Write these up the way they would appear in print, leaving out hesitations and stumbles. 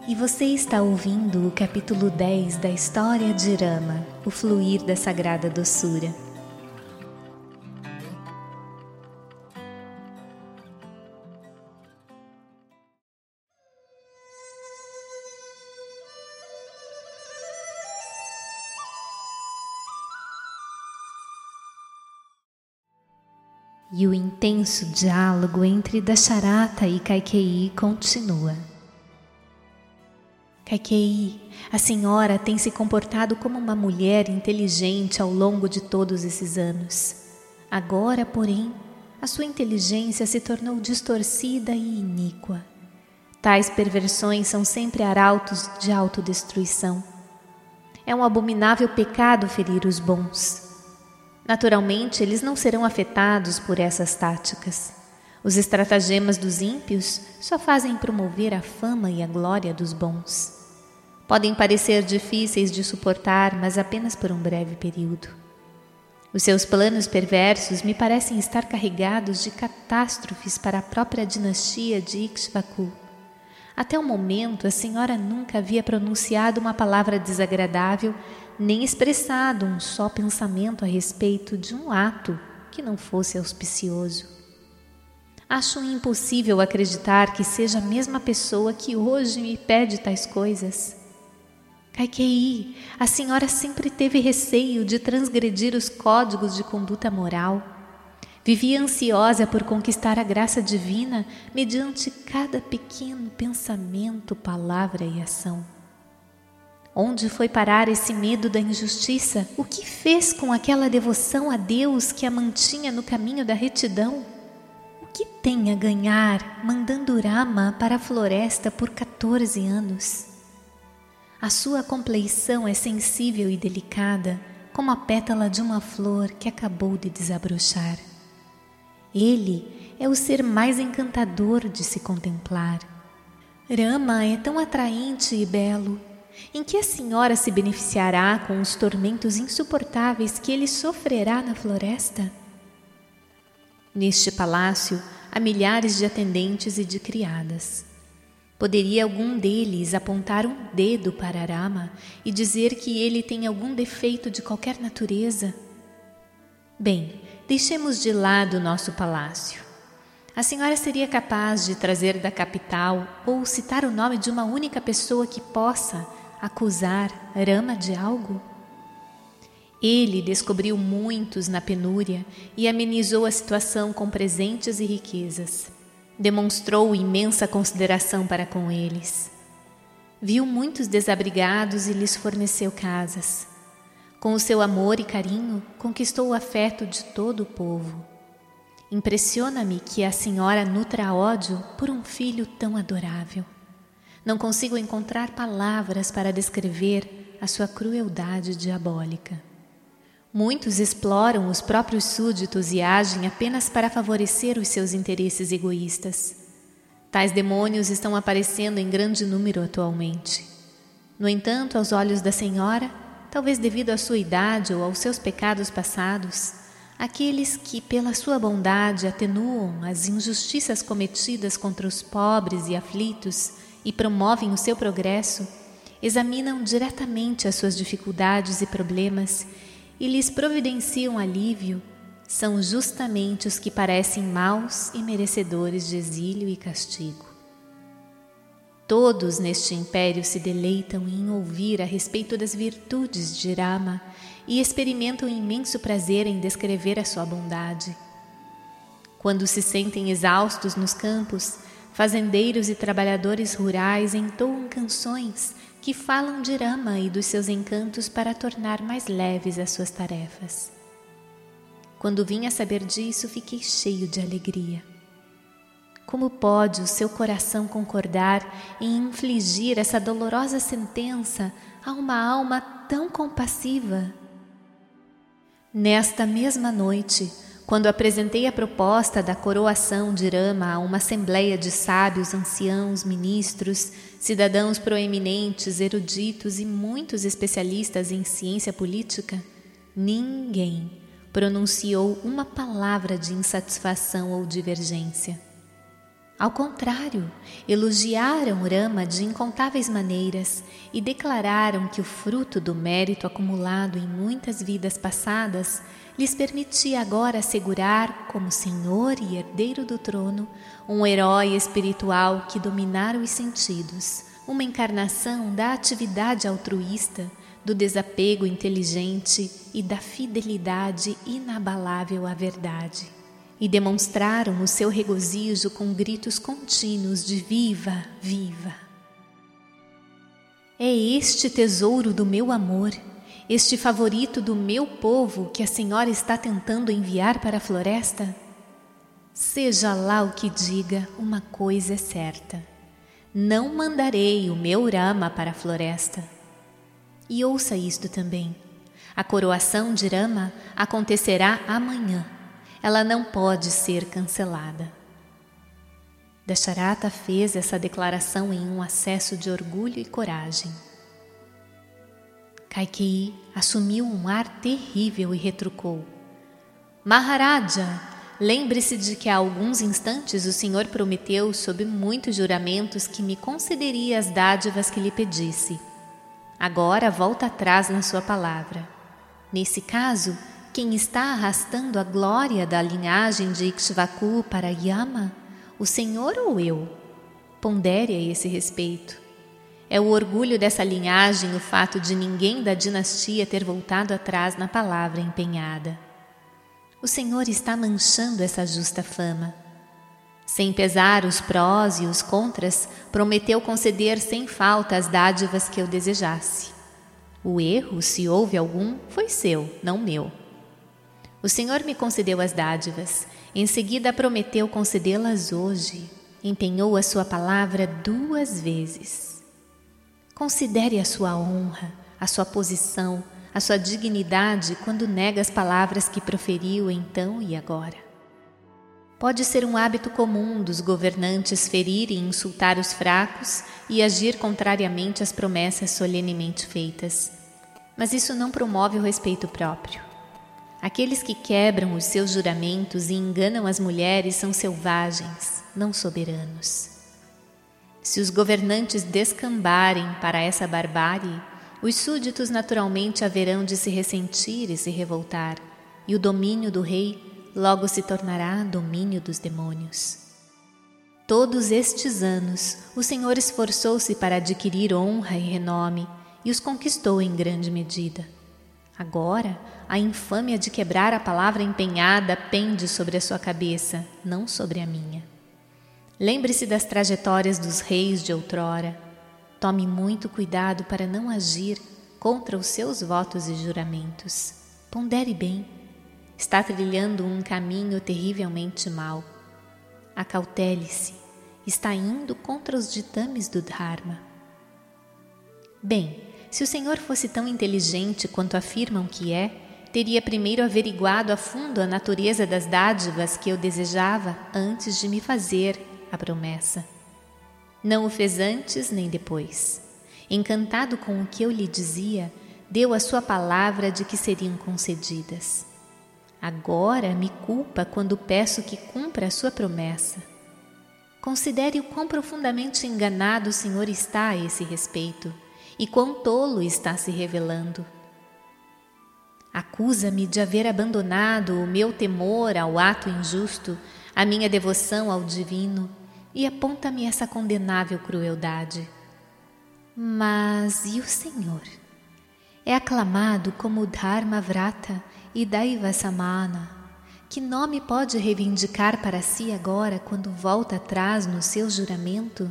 E você está ouvindo o capítulo 10 da história de Rama, o fluir da sagrada doçura. E o intenso diálogo entre Dasharatha e Kaikeyi continua. Kaikeyi, a senhora tem se comportado como uma mulher inteligente ao longo de todos esses anos. Agora, porém, a sua inteligência se tornou distorcida e iníqua. Tais perversões são sempre arautos de autodestruição. É um abominável pecado ferir os bons. Naturalmente, eles não serão afetados por essas táticas. Os estratagemas dos ímpios só fazem promover a fama e a glória dos bons. Podem parecer difíceis de suportar, mas apenas por um breve período. Os seus planos perversos me parecem estar carregados de catástrofes para a própria dinastia de Ikshvaku. Até o momento, a senhora nunca havia pronunciado uma palavra desagradável, nem expressado um só pensamento a respeito de um ato que não fosse auspicioso. Acho impossível acreditar que seja a mesma pessoa que hoje me pede tais coisas. Kaikeyi, a senhora sempre teve receio de transgredir os códigos de conduta moral. Vivia ansiosa por conquistar a graça divina mediante cada pequeno pensamento, palavra e ação. Onde foi parar esse medo da injustiça? O que fez com aquela devoção a Deus que a mantinha no caminho da retidão? O que tem a ganhar mandando Rama para a floresta por 14 anos? A sua compleição é sensível e delicada, como a pétala de uma flor que acabou de desabrochar. Ele é o ser mais encantador de se contemplar. Rama é tão atraente e belo. Em que a senhora se beneficiará com os tormentos insuportáveis que ele sofrerá na floresta? Neste palácio há milhares de atendentes e de criadas. Poderia algum deles apontar um dedo para Rama e dizer que ele tem algum defeito de qualquer natureza? Bem, deixemos de lado o nosso palácio. A senhora seria capaz de trazer da capital ou citar o nome de uma única pessoa que possa acusar Rama de algo? Ele descobriu muitos na penúria e amenizou a situação com presentes e riquezas. Demonstrou imensa consideração para com eles. Viu muitos desabrigados e lhes forneceu casas. Com o seu amor e carinho, conquistou o afeto de todo o povo. Impressiona-me que a senhora nutra ódio por um filho tão adorável. Não consigo encontrar palavras para descrever a sua crueldade diabólica. Muitos exploram os próprios súditos e agem apenas para favorecer os seus interesses egoístas. Tais demônios estão aparecendo em grande número atualmente. No entanto, aos olhos da senhora, talvez devido à sua idade ou aos seus pecados passados, aqueles que, pela sua bondade, atenuam as injustiças cometidas contra os pobres e aflitos e promovem o seu progresso, examinam diretamente as suas dificuldades e problemas e lhes providenciam alívio, são justamente os que parecem maus e merecedores de exílio e castigo. Todos neste império se deleitam em ouvir a respeito das virtudes de Rama e experimentam imenso prazer em descrever a sua bondade. Quando se sentem exaustos nos campos, fazendeiros e trabalhadores rurais entoam canções que falam de Rama e dos seus encantos para tornar mais leves as suas tarefas. Quando vim a saber disso, fiquei cheio de alegria. Como pode o seu coração concordar em infligir essa dolorosa sentença a uma alma tão compassiva? Nesta mesma noite, quando apresentei a proposta da coroação de Rama a uma assembleia de sábios, anciãos, ministros, cidadãos proeminentes, eruditos e muitos especialistas em ciência política, ninguém pronunciou uma palavra de insatisfação ou divergência. Ao contrário, elogiaram Rama de incontáveis maneiras e declararam que o fruto do mérito acumulado em muitas vidas passadas lhes permitia agora assegurar, como senhor e herdeiro do trono, um herói espiritual que dominara os sentidos, uma encarnação da atividade altruísta, do desapego inteligente e da fidelidade inabalável à verdade. E demonstraram o seu regozijo com gritos contínuos de viva, viva. É este tesouro do meu amor, este favorito do meu povo que a Senhora está tentando enviar para a floresta? Seja lá o que diga, uma coisa é certa: não mandarei o meu Rama para a floresta. E ouça isto também: a coroação de Rama acontecerá amanhã. Ela não pode ser cancelada. Dasharatha fez essa declaração em um acesso de orgulho e coragem. Kaikeyi assumiu um ar terrível e retrucou: Maharaja, lembre-se de que há alguns instantes o Senhor prometeu sob muitos juramentos que me concederia as dádivas que lhe pedisse. Agora volta atrás na sua palavra. Nesse caso, quem está arrastando a glória da linhagem de Ikshvaku para Yama? O Senhor ou eu? Pondere a esse respeito. É o orgulho dessa linhagem o fato de ninguém da dinastia ter voltado atrás na palavra empenhada. O Senhor está manchando essa justa fama. Sem pesar os prós e os contras, prometeu conceder sem falta as dádivas que eu desejasse. O erro, se houve algum, foi seu, não meu. O Senhor me concedeu as dádivas, em seguida prometeu concedê-las hoje. Empenhou a sua palavra 2 vezes. Considere a sua honra, a sua posição, a sua dignidade quando nega as palavras que proferiu então e agora. Pode ser um hábito comum dos governantes ferir e insultar os fracos e agir contrariamente às promessas solenemente feitas. Mas isso não promove o respeito próprio. Aqueles que quebram os seus juramentos e enganam as mulheres são selvagens, não soberanos. Se os governantes descambarem para essa barbárie, os súditos naturalmente haverão de se ressentir e se revoltar, e o domínio do rei logo se tornará domínio dos demônios. Todos estes anos, o Senhor esforçou-se para adquirir honra e renome e os conquistou em grande medida. Agora, a infâmia de quebrar a palavra empenhada pende sobre a sua cabeça, não sobre a minha. Lembre-se das trajetórias dos reis de outrora. Tome muito cuidado para não agir contra os seus votos e juramentos. Pondere bem. Está trilhando um caminho terrivelmente mau. Acautele-se. Está indo contra os ditames do Dharma. Bem, se o Senhor fosse tão inteligente quanto afirmam que é, teria primeiro averiguado a fundo a natureza das dádivas que eu desejava antes de me fazer a promessa. Não o fez antes nem depois. Encantado com o que eu lhe dizia, deu a sua palavra de que seriam concedidas. Agora me culpa quando peço que cumpra a sua promessa. Considere o quão profundamente enganado o Senhor está a esse respeito e quão tolo está se revelando. Acusa-me de haver abandonado o meu temor ao ato injusto, a minha devoção ao divino, e aponta-me essa condenável crueldade. Mas e o Senhor? É aclamado como Dharmavrata e Daiva Samana. Que nome pode reivindicar para si agora quando volta atrás no seu juramento?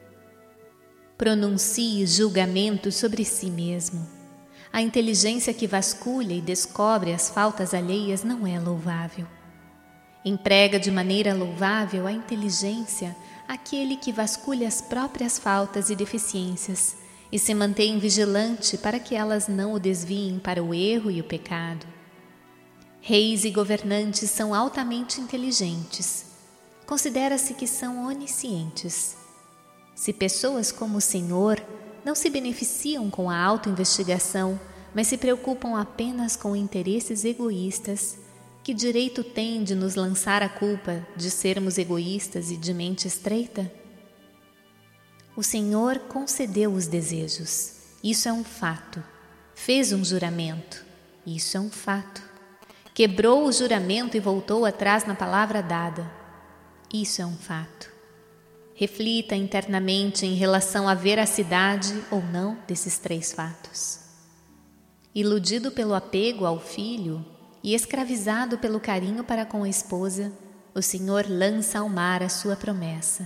Pronuncie julgamento sobre si mesmo. A inteligência que vasculha e descobre as faltas alheias não é louvável. Emprega de maneira louvável a inteligência aquele que vasculha as próprias faltas e deficiências e se mantém vigilante para que elas não o desviem para o erro e o pecado. Reis e governantes são altamente inteligentes. Considera-se que são oniscientes. Se pessoas como o Senhor não se beneficiam com a autoinvestigação, mas se preocupam apenas com interesses egoístas, Que direito tem de nos lançar a culpa de sermos egoístas e de mente estreita? O Senhor concedeu os desejos, isso é um fato. Fez um juramento, isso é um fato. Quebrou o juramento e voltou atrás na palavra dada, isso é um fato. Reflita internamente em relação à veracidade ou não desses 3 fatos. Iludido pelo apego ao filho e escravizado pelo carinho para com a esposa, o Senhor lança ao mar a sua promessa.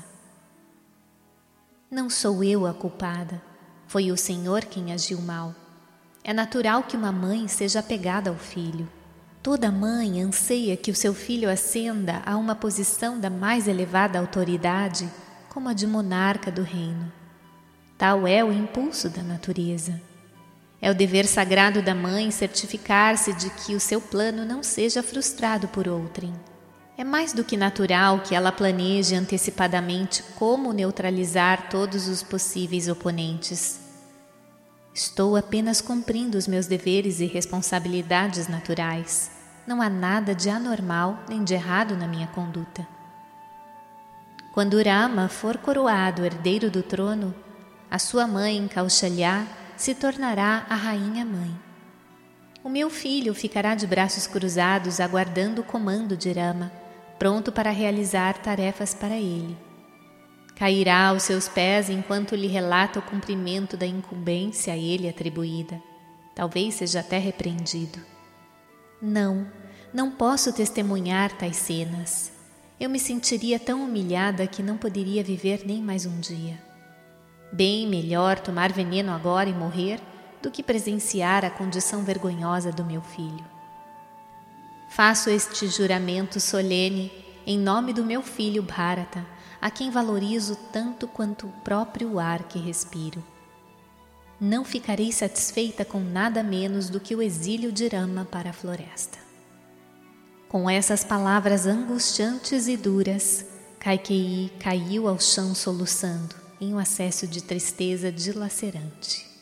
Não sou eu a culpada, foi o Senhor quem agiu mal. É natural que uma mãe seja apegada ao filho. Toda mãe anseia que o seu filho ascenda a uma posição da mais elevada autoridade, como a de monarca do reino. Tal é o impulso da natureza. É o dever sagrado da mãe certificar-se de que o seu plano não seja frustrado por outrem. É mais do que natural que ela planeje antecipadamente como neutralizar todos os possíveis oponentes. Estou apenas cumprindo os meus deveres e responsabilidades naturais. Não há nada de anormal nem de errado na minha conduta. Quando Rama for coroado herdeiro do trono, a sua mãe, Kaushalya, se tornará a rainha-mãe. O meu filho ficará de braços cruzados aguardando o comando de Rama, pronto para realizar tarefas para ele. Cairá aos seus pés enquanto lhe relata o cumprimento da incumbência a ele atribuída. Talvez seja até repreendido. Não posso testemunhar tais cenas. Eu me sentiria tão humilhada que não poderia viver nem mais um dia. Bem melhor tomar veneno agora e morrer do que presenciar a condição vergonhosa do meu filho. Faço este juramento solene em nome do meu filho Bharata, a quem valorizo tanto quanto o próprio ar que respiro. Não ficarei satisfeita com nada menos do que o exílio de Rama para a floresta. Com essas palavras angustiantes e duras, Kaikeyi caiu ao chão soluçando, em um acesso de tristeza dilacerante.